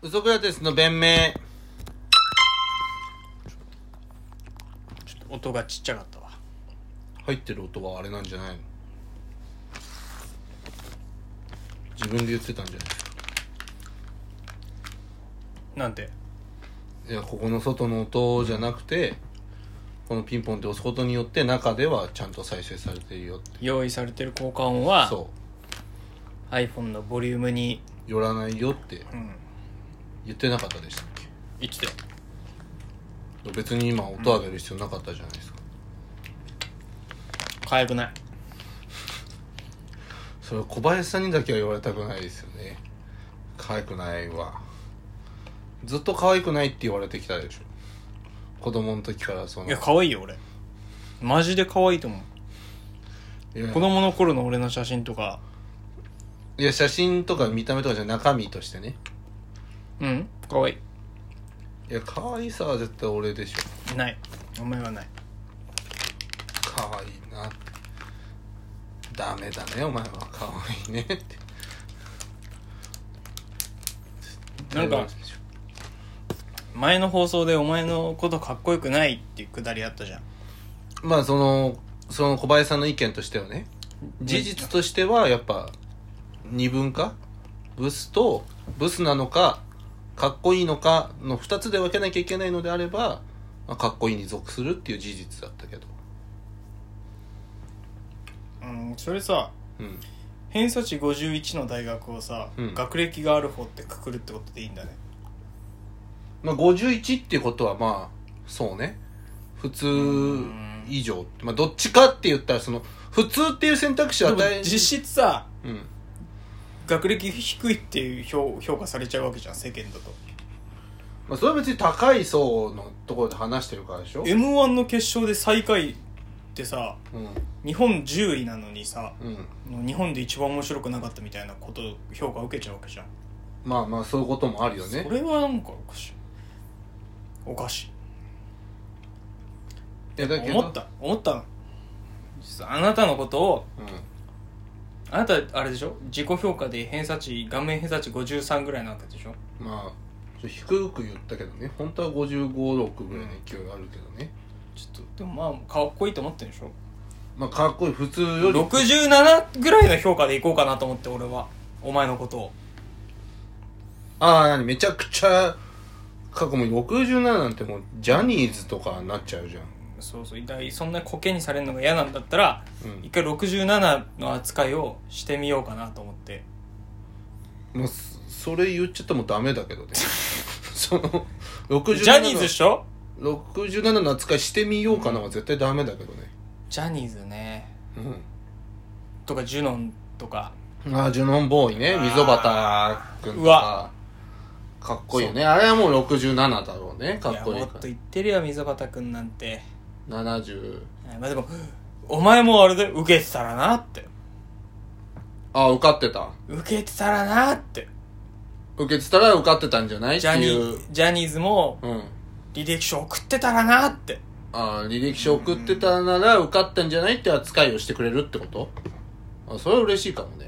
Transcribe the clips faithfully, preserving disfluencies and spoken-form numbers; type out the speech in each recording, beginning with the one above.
ウソクラテスの弁明。 ちょっと音がちっちゃかったわ。 入ってる音はあれなんじゃないの？自分で言ってたんじゃないですか。 なんて？ いや、ここの外の音じゃなくて、このピンポンって押すことによって中ではちゃんと再生されてるよって。 用意されてる効果音はそう iPhone のボリュームに寄らないよってうん言ってなかったでしたっけ？ 言ってたよ。 別に今音上げる必要なかったじゃないですか。 可愛くない。 それ小林さんにだけは言われたくないですよね。可愛くないわ。ずっと可愛くないって言われてきたでしょ。子供の時からその。 いや可愛いよ俺。マジで可愛いと思う。 いや子供の頃の俺の写真とか。 いや写真とか見た目とかじゃ中身としてね。 うん可愛い。 いや可愛さは絶対俺でしょ。 ない。お前はない。 可愛いなって。ダメだねお前は可愛いねって。 なんか前の放送でお前のことかっこよくないっていうくだりあったじゃん。 まあそのその小林さんの意見としてはね、事実としてはやっぱ二分化、ブスとブスなのかかっこいいのかのふたつで分けなきゃいけないのであれば、まあ、かっこいいに属するっていう事実だったけど、 うんそれさ、 うん、 偏差値ごじゅういちの大学をさ、うん、学歴がある方ってくくるってことでいいんだね。 まあごじゅういちっていうことはまあそうね、普通以上、まあどっちかって言ったらその普通っていう選択肢を与え、 実質さ、 うん、 学歴低いっていう 評, 評価されちゃうわけじゃん世間だと。 まあそれは別に高い層のところで話してるからでしょ。 エムワン の決勝で最下位ってさ、うん、日本じゅういなのにさ、うん、日本で一番面白くなかったみたいなこと評価受けちゃうわけじゃん。 まあまあそういうこともあるよね。 それはなんかおかしいおかしい。いやだけど思った思ったのあなたのことを、うん、あなたあれでしょ、自己評価で偏差値顔面偏差値ごじゅうさんぐらいなわけでしょ。 まあ低く言ったけどね、本当はごじゅうご、ろくぐらいの勢いあるけどね、 うん、ちょっとでもまあかっこいいと思ってるでしょ。 まあかっこいい、普通よりろくじゅうななぐらいの評価でいこうかなと思って俺はお前のことを。 ああ何めちゃくちゃ過去もろくじゅうなななんてもうジャニーズとかになっちゃうじゃん。 そうそう、だそんなコケにされるのが嫌なんだったら、うん、一回ろくじゅうななの扱いをしてみようかなと思って。 もうそれ言っちゃってもダメだけどねそのろくじゅうななジャニーズでしょ。 ろくじゅうななの扱いしてみようかなは絶対ダメだけどね。 ジャニーズね、うん、とかジュノンとか、 ああジュノンボーイね、溝端くんとかかっこいいよね。あれはもうろくじゅうななだろうね。かっこいいから。いやもっと言ってるよ溝端くんなんてななじゅう。 まあでもお前もあれで受けてたらなって。 ああ受かってた、 受けてたらなって。 受けてたら受かってたんじゃないっていう。 ジャニーズも履歴書送ってたらなって、 うん、ああ履歴書送ってたなら受かったんじゃないって扱いをしてくれるってこと。あそれは嬉しいかもね。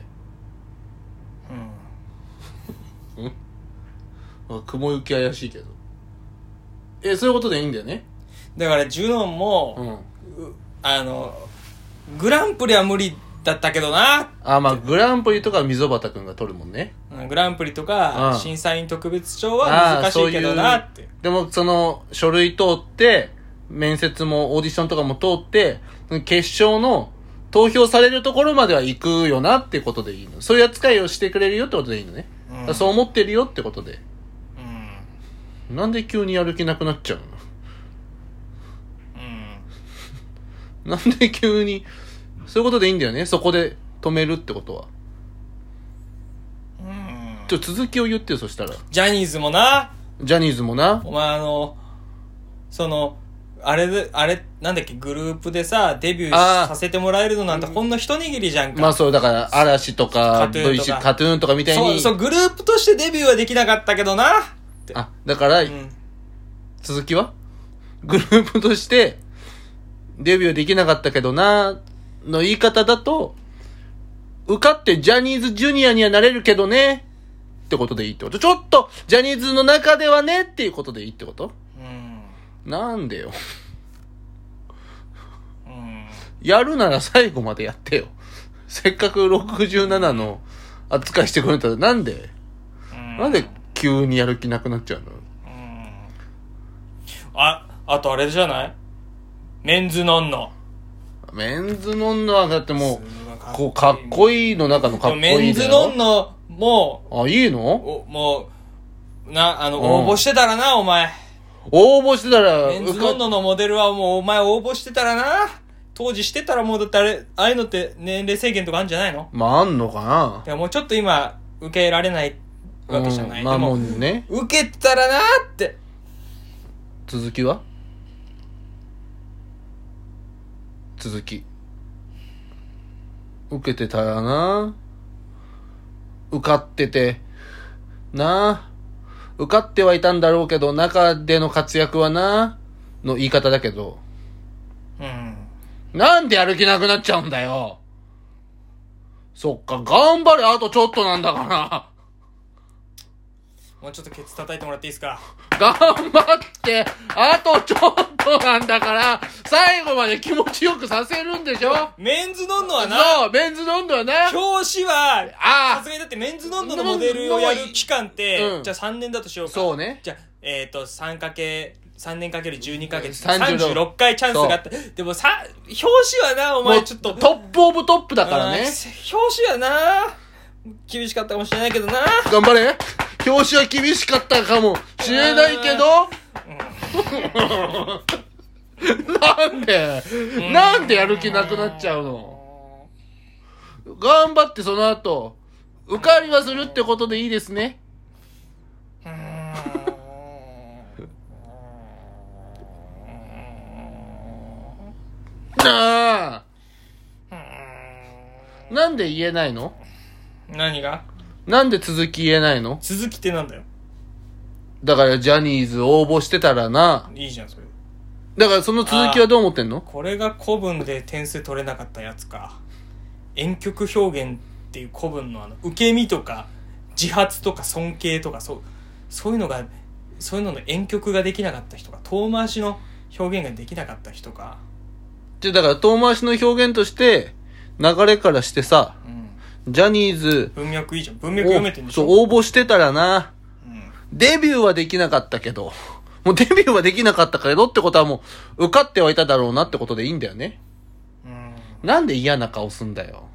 うんあ雲行き怪しいけど、えそういうことでいいんだよね。 だからジュノンも、うん、あのグランプリは無理だったけどなあまあグランプリとか溝端くんが取るもんね。 グランプリとか、うん、審査員特別賞は難しいけどなって。 でもその書類通って面接もオーディションとかも通って決勝の投票されるところまでは行くよなってことでいいの。そういう扱いをしてくれるよってことでいいのね、うん、そう思ってるよってことで、うん、なんで急にやる気なくなっちゃうの、うん、なんで急に。そういうことでいいんだよね。そこで止めるってことは、うん、ちょっと続きを言ってよ。そしたらジャニーズもなジャニーズもなお前あのそのあれであれなんだっけグループでさデビューさせてもらえるのなんてほんの一握りじゃんか。 まあそうだから嵐とか ブイシー カトゥーンとかみたいにそうそうグループとしてデビューはできなかったけどなって。 あだから、うん、続きはグループとしてデビューできなかったけどなの言い方だと受かってジャニーズジュニアにはなれるけどねってことでいいってこと？ちょっとジャニーズの中ではねっていうことでいいってこと？うん。なんでよ。うん。やるなら最後までやってよ。せっかくろくじゅうななの扱いしてくれたらなんで、うん、なんで急にやる気なくなっちゃうの？うん。 あ、あとあれじゃない？メンズノンノ。 メンズノンノはだってもう、こうかっこいいの中のかっこいいだよ。 メンズノンノもう、 あ、いいの？ もう、な、あの、応募してたらな、お前。 応募してたら、 メンズノンノのモデルはもうお前応募してたらな。当時してたらもうだってあれ、ああいうのって年齢制限とかあるんじゃないの？ まあ、あんのかな？ いや、もうちょっと今、受けられないわけじゃない。うん、 まあもうね。 受けたらなーって。 続きは？続き。受けてたらな。受かってて。なあ。受かってはいたんだろうけど、中での活躍はな。の言い方だけど。うん。なんでやる気なくなっちゃうんだよ。そっか、頑張れ、あとちょっとなんだから。 もうちょっとケツ叩いてもらっていいですか？ 頑張って、あとちょっとなんだから、最後まで気持ちよくさせるんでしょ？ メンズノンノはな。 そう、メンズノンノはな。 表紙は、ああ。さすがにだってメンズノンノのモデルをやる期間って、うん、じゃあさんねんだとしようか。 そうね。 じゃあ、えっ、ー、と、さんかけ、さんねんかけるじゅうにかげつ、さんじゅうろっかいチャンスがあった。でもさ、表紙はな、お前ちょっと。 トップオブトップだからね。 表紙はな、厳しかったかもしれないけどな。 頑張れ。表紙は厳しかったかもしれないけど、なんでなんでやる気なくなっちゃうの？頑張ってその後受かりはするってことでいいですね。なあ、なんで言えないの？ 何が？ なんで続き言えないの？ 続きってなんだよ。 だからジャニーズ応募してたらな。 いいじゃんそれ。 だからその続きはどう思ってんの？ これが古文で点数取れなかったやつか。婉曲表現っていう古文のあの受け身とか自発とか尊敬とかそうそういうのがそういうのの婉曲ができなかった人か、遠回しの表現ができなかった人か。 じゃだから遠回しの表現として流れからしてさ。うん、ジャニーズ文脈いいじゃん。文脈読めてんでしょ。 そう応募してたらな、うん、デビューはできなかったけどもうデビューはできなかったけどってことはもう受かってはいただろうなってことでいいんだよね。うん、なんで嫌な顔すんだよ。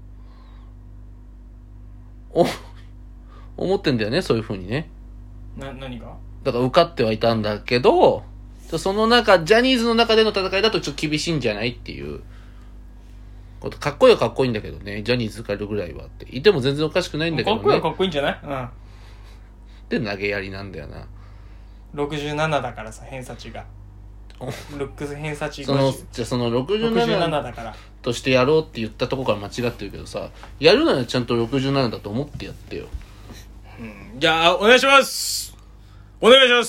お思ってんだよね、そういう風にね。 な何が？ だから受かってはいたんだけど、その中ジャニーズの中での戦いだとちょっと厳しいんじゃないっていうこと。かっこいいはかっこいいんだけどね、ジャニーズ受かるぐらいはっていても全然おかしくないんだけどね。 かっこいいはかっこいいんじゃない？うん。 で投げやりなんだよな。 ろくじゅうななだからさ、偏差値がルックス偏差値そのじゃあそのろくじゅうななだからとしてやろうって言ったとこから間違ってるけどさ、やるならちゃんとろくじゅうななだと思ってやってよ。 うん、じゃあお願いします。お願いします。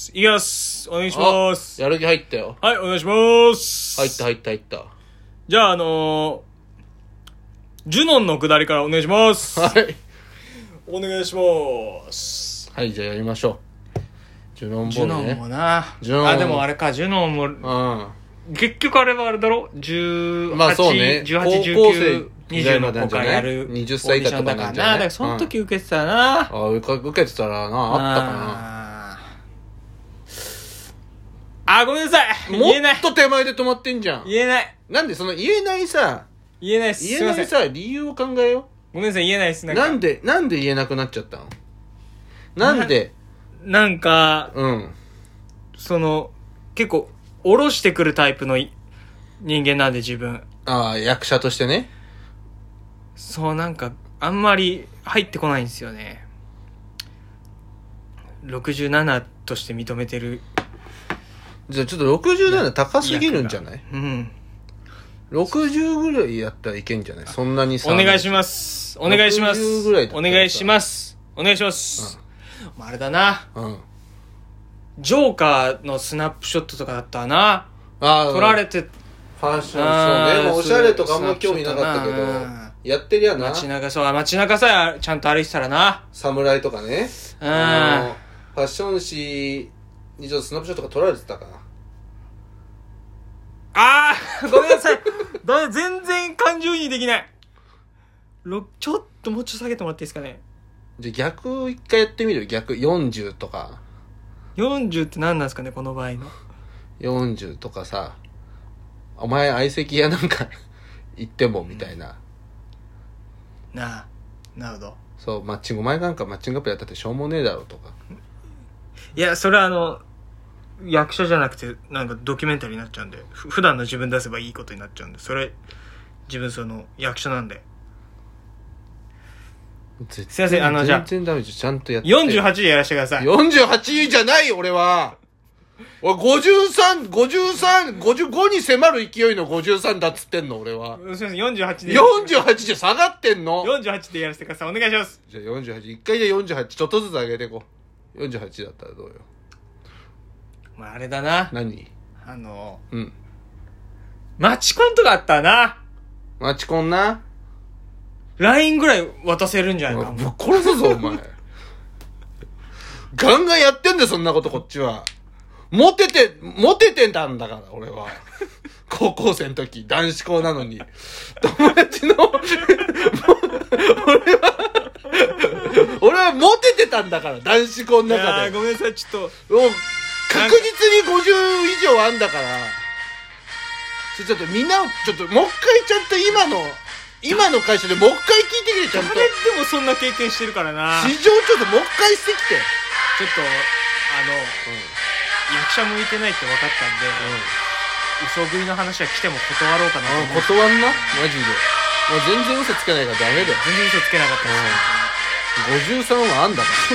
いきます。お願いします。 やる気入ったよ。 はい、お願いします。 入った入った入った。 じゃああのー、ジュノンの下りからお願いします。 はい。 お願いします。 はい、じゃあやりましょう。ジュノンボールね。 ジュノンもな。 ジュノンあ、でもあれか、ジュノンも、うん、結局あれはあれだろ、じゅうはち、 まあそうね、 じゅうはち、じゅうきゅう、にじゅうの子からやるにじゅっさい以下とかなんじゃない？ だからその時受けてたな、 うん、あ受けてたらな、あったかな。 あ、ごめんなさい。言えない。 もっと手前で止まってんじゃん。 言えない。 なんでその言えないさ、 言えないっす。 言えないさ、理由を考えよう。 ごめんなさい、言えないっす。 なんなんで、なんで言えなくなっちゃったの？なんでな、なんか、 うん。 その、結構、下ろしてくるタイプの人間なんで自分。 ああ、役者としてね。 そう、なんか、あんまり入ってこないんですよね。ろくじゅうななとして認めてる。 じゃあちょっとろくじゅうなな高すぎるんじゃない？ うん。 ろくじゅうぐらいやったらいけんじゃない？そんなにさ。 お願いします。お願いします。ろくじゅうぐらいだったらさ。お願いします。お願いします。うん、あれだな。うん。ジョーカーのスナップショットとかだったな。あ、撮られて。 ファッション、そうね。もうおしゃれとかあんま興味なかったけど。 やってりゃな。 街中、そう、街中さえちゃんと歩いてたらな。 侍とかね。 うん。 あのファッション誌にちょっとスナップショットが撮られてたかな。 あーごめんなさい。だ全然感情移入できない。ろちょっともうちょっと下げてもらっていいですかね。 じゃあ逆一回やってみる。逆よんじゅうとか。 よんじゅうって何なんですかね、この場合の。 よんじゅうとかさ、お前相席屋なんか行ってもみたいな。 なあ、なるほど。 そう、マッチング、お前なんかマッチングアプリやったってしょうもねえだろとか。 いや、それはあの、役者じゃなくて、なんかドキュメンタリーになっちゃうんで、ふ普段の自分出せばいいことになっちゃうんで、それ、自分その、役者なんで。すいません、あの、じゃあ、 全然ダメじゃん、ちゃんとやって。 よんじゅうはちでやらせてください。 よんじゅうはちじゃない俺は。俺ごじゅうさん、ごじゅうさん、ごじゅうごに迫る勢いのごじゅうさんだっつってんの俺は。 すいません、よんじゅうはちで。 よんじゅうはちじゃ下がってんの。 よんじゅうはちでやらせてください。お願いします。 じゃあよんじゅうはち、一回でよんじゅうはち、ちょっとずつ上げていこう。よんじゅうはちだったらどうよ。 まあ、あれだな。 何？ あの、 うん。 マチコンとかあったらな。 マチコンな。 ライン ぐらい渡せるんじゃないか。 ぶっ殺すぞ、お前。ガンガンやってんだよ、そんなことこっちは。モテて、モテてたんだから、俺は。高校生の時、男子校なのに。友達の、俺は、俺はモテてたんだから、男子校のいや中で。 ーごめんなさい、ちょっと。 もう確実にごじゅう以上あんだから。ちょっとみんな、ちょっともう一回ちゃんと今の、今の会社でもう一回聞いてきて、ちゃんと。 誰でもそんな経験してるからな。 市場ちょっともう一回してきて。 ちょっと、あの、役者向いてないって分かったんで、嘘食いの話は来ても断ろうかなと思あ、 って。 断んなマジで。もう全然嘘つけないからダメだよ。 全然嘘つけなかったです。 ごじゅうさんはあんだか